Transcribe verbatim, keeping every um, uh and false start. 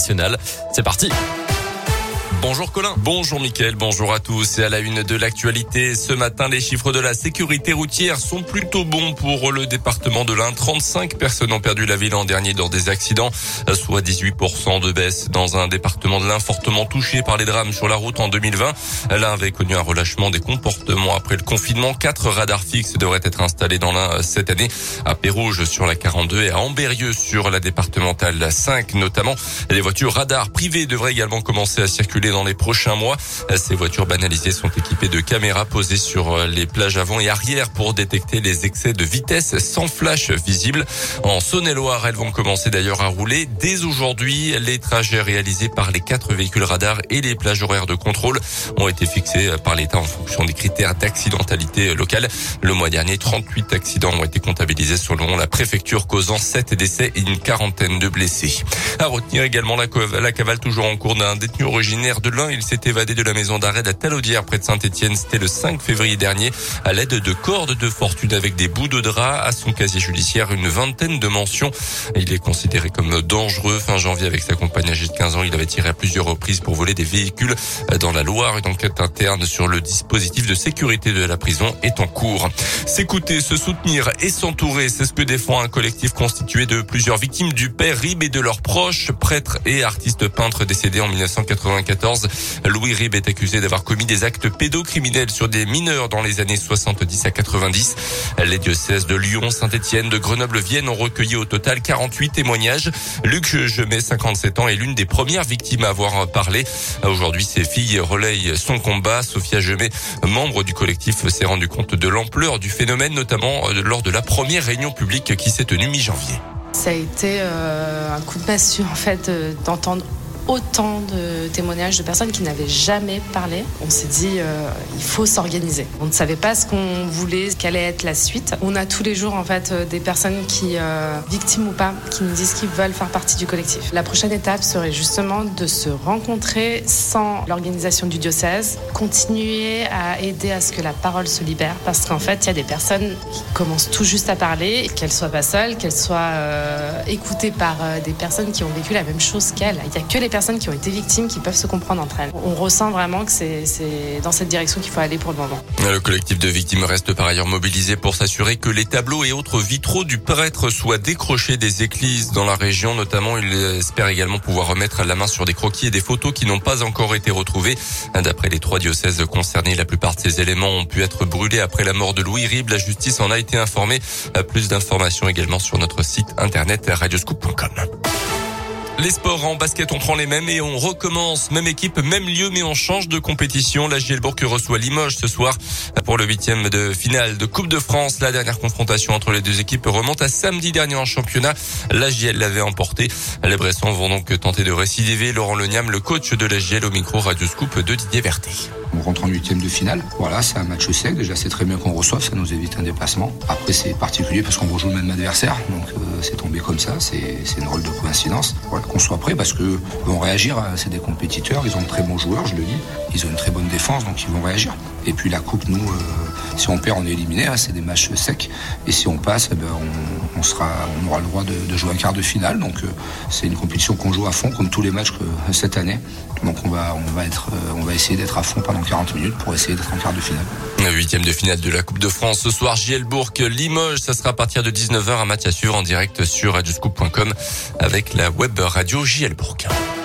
nationale. C'est parti. Bonjour Colin. Bonjour Mickaël, bonjour à tous. Et à la une de l'actualité, ce matin, les chiffres de la sécurité routière sont plutôt bons pour le département de l'Ain. trente-cinq personnes ont perdu la vie l'an dernier dans des accidents, soit dix-huit pour cent de baisse dans un département de l'Ain fortement touché par les drames sur la route en deux mille vingt. L'Ain avait connu un relâchement des comportements après le confinement. Quatre radars fixes devraient être installés dans l'Ain cette année, à Pérouges sur la quarante-deux et à Ambérieux sur la départementale cinq notamment. Les voitures radars privées devraient également commencer à circuler dans les prochains mois. Ces voitures banalisées sont équipées de caméras posées sur les plages avant et arrière pour détecter les excès de vitesse sans flash visible. En Saône-et-Loire, elles vont commencer d'ailleurs à rouler dès aujourd'hui. Les trajets réalisés par les quatre véhicules radars et les plages horaires de contrôle ont été fixés par l'État en fonction des critères d'accidentalité locale. Le mois dernier, trente-huit accidents ont été comptabilisés selon la préfecture, causant sept décès et une quarantaine de blessés. À retenir également la, la cavale toujours en cours d'un détenu originaire de l'Ain. Il s'est évadé de la maison d'arrêt de Talaudière près de Saint-Étienne. C'était le cinq février dernier à l'aide de cordes de fortune avec des bouts de drap. À son casier judiciaire, une vingtaine de mentions. Il est considéré comme dangereux. Fin janvier, avec sa compagne âgée de quinze ans, il avait tiré à plusieurs reprises pour voler des véhicules dans la Loire. Une enquête interne sur le dispositif de sécurité de la prison est en cours. S'écouter, se soutenir et s'entourer, c'est ce que défend un collectif constitué de plusieurs victimes du père Rib et de leurs proches, prêtres et artistes peintres décédés en dix-neuf cent quatre-vingt-quatorze. Louis Rib est accusé d'avoir commis des actes pédocriminels sur des mineurs dans les années soixante-dix à quatre-vingt-dix. Les diocèses de Lyon, Saint-Étienne, de Grenoble, Vienne ont recueilli au total quarante-huit témoignages. Luc Gemet, cinquante-sept ans, est l'une des premières victimes à avoir parlé. Aujourd'hui, ses filles relayent son combat. Sophia Gemet, membre du collectif, s'est rendu compte de l'ampleur du phénomène, notamment lors de la première réunion publique qui s'est tenue mi-janvier. Ça a été euh, un coup de massue en fait euh, d'entendre autant de témoignages de personnes qui n'avaient jamais parlé. On s'est dit, euh, il faut s'organiser. On ne savait pas ce qu'on voulait, quelle allait être la suite. On a tous les jours, en fait, des personnes qui, euh, victimes ou pas, qui nous disent qu'ils veulent faire partie du collectif. La prochaine étape serait justement de se rencontrer sans l'organisation du diocèse, continuer à aider à ce que la parole se libère, parce qu'en fait, il y a des personnes qui commencent tout juste à parler, qu'elles soient pas seules, qu'elles soient euh, écoutées par euh, des personnes qui ont vécu la même chose qu'elles. Il n'y a que les personnes qui ont été victimes qui peuvent se comprendre entre elles. On ressent vraiment que c'est, c'est dans cette direction qu'il faut aller pour le moment. Le collectif de victimes reste par ailleurs mobilisé pour s'assurer que les tableaux et autres vitraux du prêtre soient décrochés des églises dans la région. Notamment, il espère également pouvoir remettre la main sur des croquis et des photos qui n'ont pas encore été retrouvés. D'après les trois diocèses concernés, la plupart de ces éléments ont pu être brûlés après la mort de Louis Rib. La justice en a été informée. Plus d'informations également sur notre site internet radioscoop point com. Les sports en basket, on prend les mêmes et on recommence. Même équipe, même lieu, mais on change de compétition. La Gielbourg reçoit Limoges ce soir pour le huitième de finale de Coupe de France. La dernière confrontation entre les deux équipes remonte à samedi dernier en championnat. La Giel l'avait emporté. Les Bressons vont donc tenter de récidiver. Laurent Leniam, le coach de la Giel, au micro Radioscoop de Didier Verté. On rentre en huitième de finale. Voilà, c'est un match sec. Déjà, c'est très bien qu'on reçoive. Ça nous évite un déplacement. Après, c'est particulier parce qu'on rejoue le même adversaire. Donc, euh, c'est tombé comme ça. C'est, c'est une drôle de coïncidence. Voilà, qu'on soit prêt parce que vont réagir. C'est des compétiteurs. Ils ont de très bons joueurs, je le dis. Ils ont une très bonne défense, donc ils vont réagir. Et puis, la coupe, nous, euh, si on perd, on est éliminé. Hein, c'est des matchs secs. Et si on passe, eh ben, on, on sera, on aura le droit de, de jouer un quart de finale. Donc, euh, c'est une compétition qu'on joue à fond, comme tous les matchs que, cette année. Donc, on va, on va être, euh, on va essayer d'être à fond pendant quarante minutes pour essayer d'être en quart de finale. Huitième de finale de la Coupe de France ce soir, Gielbourg Limoges. Ça sera à partir de dix-neuf heures, un match à suivre en direct sur radioscoop point com avec la web radio Gielbourg.